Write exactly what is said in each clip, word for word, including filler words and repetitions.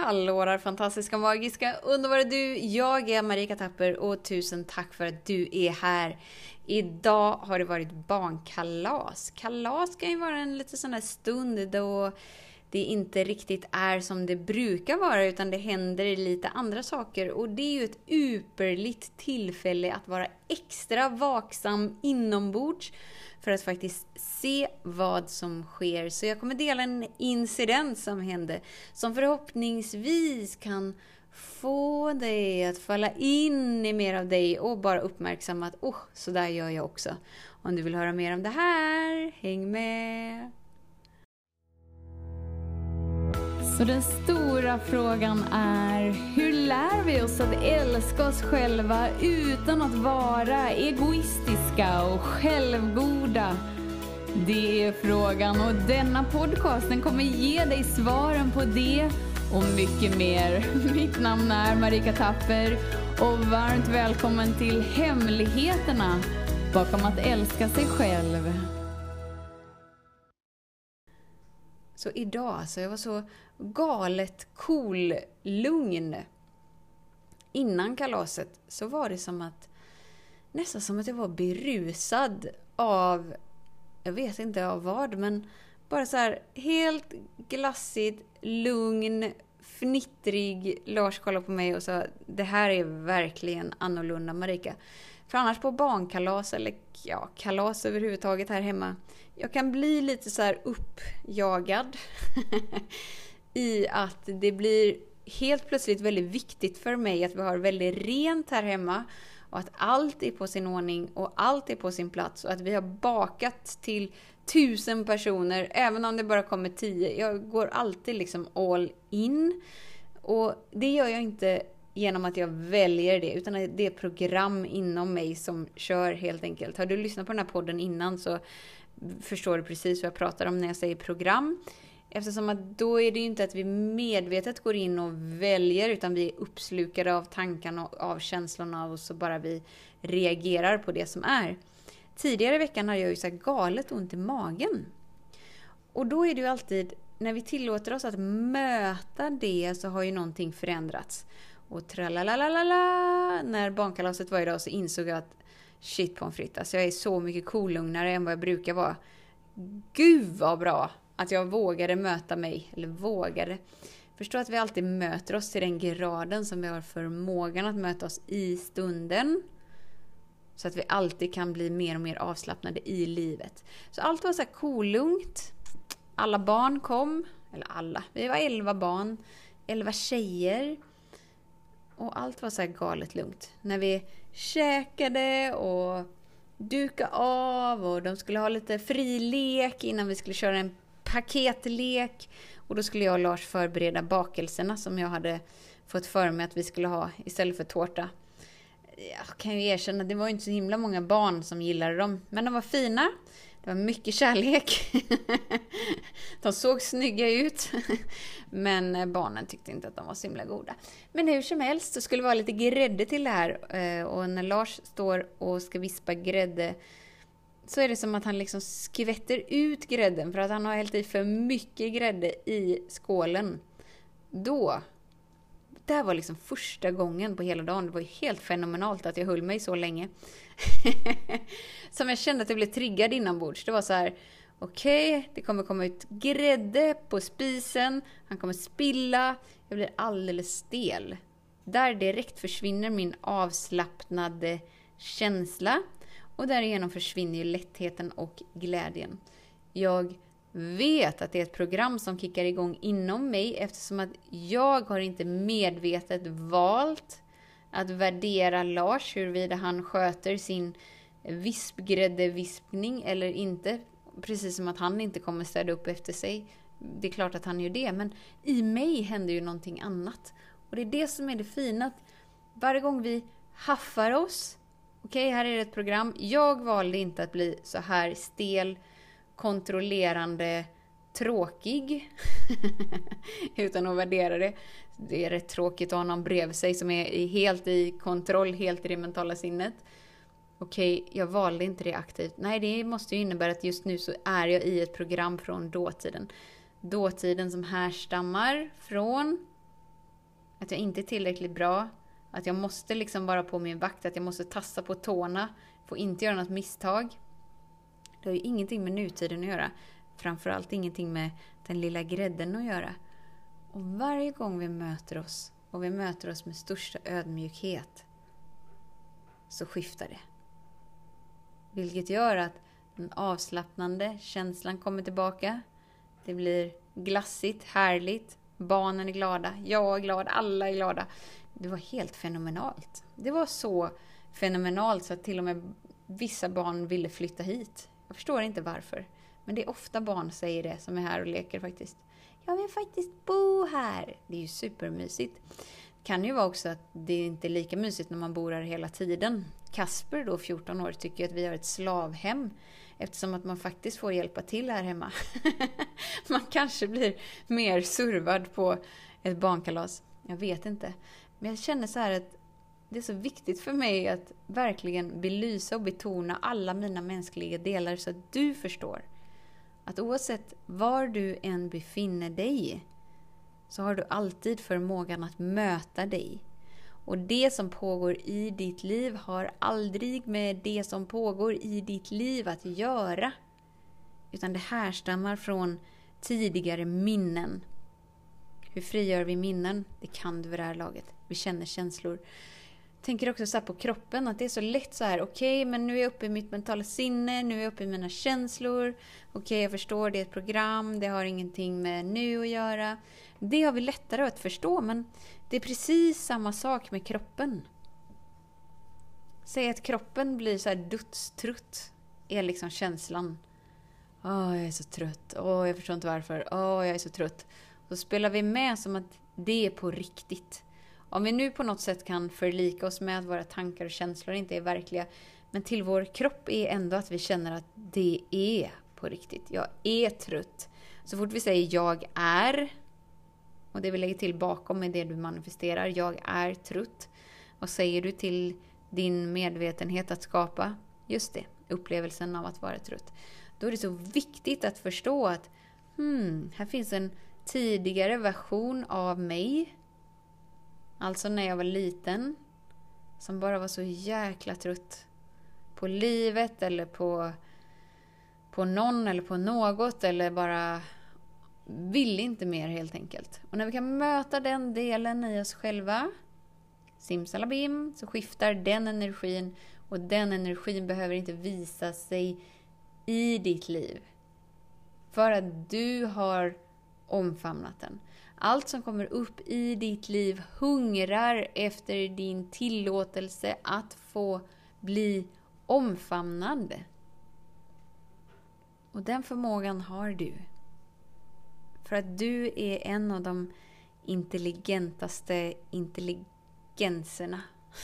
Hallå, fantastiska, magiska, underbara du. Jag är Marika Tapper och tusen tack för att du är här. Idag har det varit barnkalas. Kalas kan ju vara en lite sån här stund då det inte riktigt är som det brukar vara, utan det händer lite andra saker. Och det är ju ett ypperligt tillfälle att vara extra vaksam inombords för att faktiskt se vad som sker. Så jag kommer dela en incident som hände, som förhoppningsvis kan få dig att falla in i mer av dig och bara uppmärksamma att oh, så där gör jag också. Om du vill höra mer om det här, häng med! Så den stora frågan är, hur lär vi oss att älska oss själva utan att vara egoistiska och självgoda? Det är frågan, och denna podcasten kommer ge dig svaren på det och mycket mer. Mitt namn är Marika Tapper och varmt välkommen till hemligheterna bakom att älska sig själv. Så idag, så jag var så galet cool, lugn. Innan kalaset så var det som att, nästan som att jag var berusad av, jag vet inte av vad, men bara så här helt glassigt, lugn, fnittrig. Lars kollade på mig och sa, det här är verkligen annorlunda, Marika. För annars på barnkalas eller ja, kalas överhuvudtaget här hemma, jag kan bli lite så här uppjagad i att det blir helt plötsligt väldigt viktigt för mig att vi har väldigt rent här hemma och att allt är på sin ordning och allt är på sin plats och att vi har bakat till tusen personer, även om det bara kommer tio. Jag går alltid liksom all in, och det gör jag inte genom att jag väljer det, utan det är program inom mig som kör helt enkelt. Har du lyssnat på den här podden innan så förstår du precis vad jag pratar om när jag säger program. Eftersom att då är det ju inte att vi medvetet går in och väljer, utan vi är uppslukade av tankarna och av känslorna, och så bara vi reagerar på det som är. Tidigare i veckan har jag ju så här galet ont i magen. Och då är det ju alltid, när vi tillåter oss att möta det, så har ju någonting förändrats. Och tralalalala, när barnkalaset var idag så insåg jag att shit pommes frites, alltså jag är så mycket coollugnare än vad jag brukar vara. Gud vad bra att jag vågade möta mig, eller vågade. Förstå att vi alltid möter oss till den graden som vi har förmågan att möta oss i stunden. Så att vi alltid kan bli mer och mer avslappnade i livet. Så allt var så här coolungt. Alla barn kom, eller alla, vi var elva barn, elva tjejer. Och allt var så här galet lugnt. När vi käkade och dukade av, och de skulle ha lite fri lek innan vi skulle köra en paketlek. Och då skulle jag och Lars förbereda bakelserna som jag hade fått för mig att vi skulle ha istället för tårta. Jag kan ju erkänna att det var inte så himla många barn som gillade dem. Men de var fina. Det var mycket kärlek. De såg snygga ut. Men barnen tyckte inte att de var så himla goda. Men hur som helst så skulle det vara lite grädde till det här. Och när Lars står och ska vispa grädde, så är det som att han liksom skvätter ut grädden. För att han har hällt i för mycket grädde i skålen. Då, det här var liksom första gången på hela dagen. Det var ju helt fenomenalt att jag höll mig så länge. Som jag kände att jag blev triggad inombords. Det var så här, okej, okay, det kommer komma ut grädde på spisen. Han kommer spilla. Jag blir alldeles stel. Där direkt försvinner min avslappnade känsla. Och därigenom försvinner ju lättheten och glädjen. Jag vet att det är ett program som kickar igång inom mig, eftersom att jag har inte medvetet valt att värdera Lars huruvida han sköter sin vispgräddevispning eller inte. Precis som att han inte kommer städa upp efter sig. Det är klart att han gör det, men i mig händer ju någonting annat. Och det är det som är det fina, att varje gång vi haffar oss, okej, okay, här är det ett program. Jag valde inte att bli så här stel, kontrollerande, tråkig utan att värdera det. Det är rätt tråkigt att ha någon bredvid sig som är helt i kontroll, helt i det mentala sinnet. Okej, jag valde inte det aktivt. Nej, det måste ju innebära att just nu så är jag i ett program från dåtiden. Dåtiden som härstammar från Att jag inte är tillräckligt bra. Att jag måste liksom vara på min vakt. Att jag måste tassa på tårna. Får inte göra något misstag. Det har ju ingenting med nutiden att göra. Framförallt ingenting med den lilla grädden att göra. Och varje gång vi möter oss. Och vi möter oss med största ödmjukhet. Så skiftar det. Vilket gör att den avslappnande känslan kommer tillbaka. Det blir glassigt, härligt. Barnen är glada, jag är glad, alla är glada. Det var helt fenomenalt. Det var så fenomenalt så att till och med vissa barn ville flytta hit. Jag förstår inte varför. Men det är ofta barn säger det som är här och leker faktiskt. Jag vill faktiskt bo här. Det är ju supermysigt. Det kan ju vara också att det inte är lika mysigt när man bor här hela tiden. Kasper då, fjorton år, tycker att vi har ett slavhem. Eftersom att man faktiskt får hjälpa till här hemma. Man kanske blir mer servad på ett barnkalas. Jag vet inte. Men jag känner så här att det är så viktigt för mig att verkligen belysa och betona alla mina mänskliga delar. Så att du förstår att oavsett var du än befinner dig så har du alltid förmågan att möta dig. Och det som pågår i ditt liv har aldrig med det som pågår i ditt liv att göra. Utan det härstammar från tidigare minnen. Hur frigör vi minnen? Det kan du vid det här laget. Vi känner känslor. Jag tänker också så här på kroppen. Att det är så lätt så här. Okej, okay, men nu är jag uppe i mitt mentala sinne. Nu är jag uppe i mina känslor. Okej, okay, jag förstår. Det är ett program. Det har ingenting med nu att göra. Det har vi lättare att förstå. Men det är precis samma sak med kroppen. Säg att kroppen blir så här dödstrött. Är liksom känslan. Åh, oh, jag är så trött. Åh, oh, jag förstår inte varför. Åh, oh, jag är så trött. Så spelar vi med som att det är på riktigt. Om vi nu på något sätt kan förlika oss med att våra tankar och känslor inte är verkliga. Men till vår kropp är ändå att vi känner att det är på riktigt. Jag är trött. Så fort vi säger jag är. Och det vi lägger till bakom är det du manifesterar. Jag är trött. Vad säger du till din medvetenhet att skapa? Just det, upplevelsen av att vara trött. Då är det så viktigt att förstå att hmm, här finns en tidigare version av mig. Alltså när jag var liten. Som bara var så jäkla trött. På livet eller på, på någon eller på något. Eller bara vill inte mer helt enkelt. Och när vi kan möta den delen i oss själva. Simsalabim. Så skiftar den energin. Och den energin behöver inte visa sig i ditt liv. För att du har omfamnat den. Allt som kommer upp i ditt liv hungrar efter din tillåtelse att få bli omfamnad. Och den förmågan har du. För att du är en av de intelligentaste intelligenserna.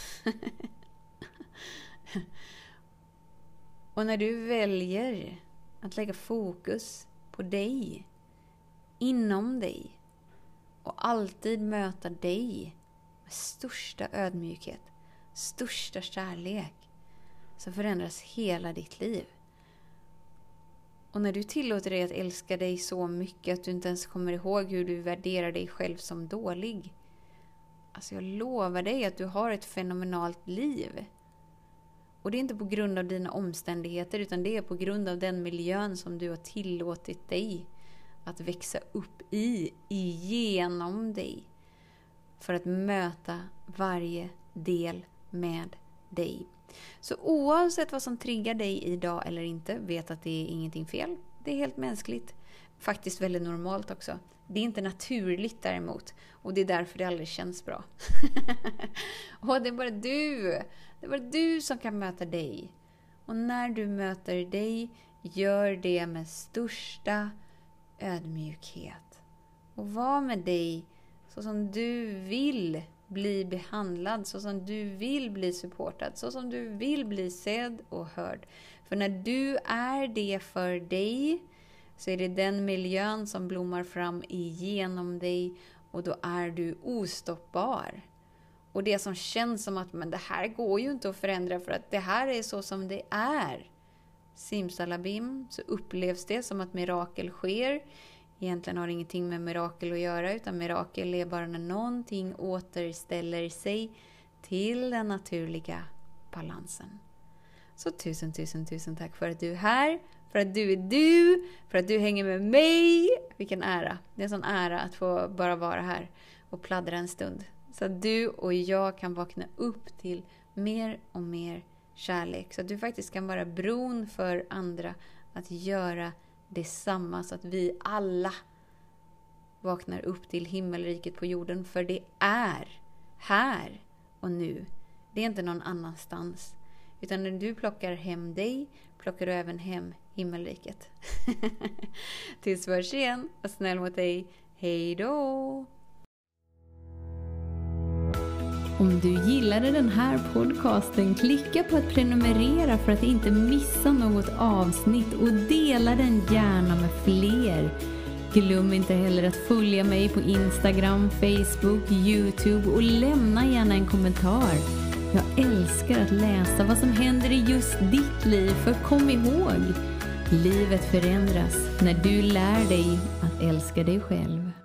Och när du väljer att lägga fokus på dig, inom dig, och alltid möta dig med största ödmjukhet, största kärlek, så förändras hela ditt liv. Och när du tillåter dig att älska dig så mycket att du inte ens kommer ihåg hur du värderar dig själv som dålig. Alltså jag lovar dig att du har ett fenomenalt liv. Och det är inte på grund av dina omständigheter, utan det är på grund av den miljön som du har tillåtit dig att växa upp i, igenom dig. För att möta varje del med dig. Så oavsett vad som triggar dig idag eller inte, vet att det är ingenting fel. Det är helt mänskligt. Faktiskt väldigt normalt också. Det är inte naturligt däremot. Och det är därför det aldrig känns bra. Och det är bara du. Det är bara du som kan möta dig. Och när du möter dig, gör det med största ödmjukhet. Och var med dig så som du vill bli behandlad, så som du vill bli supportad, så som du vill bli sedd och hörd. För när du är det för dig, så är det den miljön som blommar fram igenom dig, och då är du ostoppbar. Och det som känns som att men det här går ju inte att förändra för att det här är så som det är. Simsalabim, så upplevs det som att mirakel sker egentligen har ingenting med mirakel att göra, utan mirakel är bara när någonting återställer sig till den naturliga balansen. Så tusen, tusen, tusen tack för att du är här, för att du är du, för att du hänger med mig. Vilken ära. Det är en sån ära att få bara vara här och pladdra en stund. Så att du och jag kan vakna upp till mer och mer kärlek. Så att du faktiskt kan vara bron för andra att göra detsamma. Så att vi alla vaknar upp till himmelriket på jorden. För det är här och nu. Det är inte någon annanstans. Utan när du plockar hem dig, plockar du även hem himmelriket. Tills vi hörs igen, och snäll mot dig. Hej då! Om du gillade den här podcasten, klicka på att prenumerera för att inte missa något avsnitt, och dela den gärna med fler. Glöm inte heller att följa mig på Instagram, Facebook, YouTube, och lämna gärna en kommentar. Jag älskar att läsa vad som händer i just ditt liv, för kom ihåg, livet förändras när du lär dig att älska dig själv.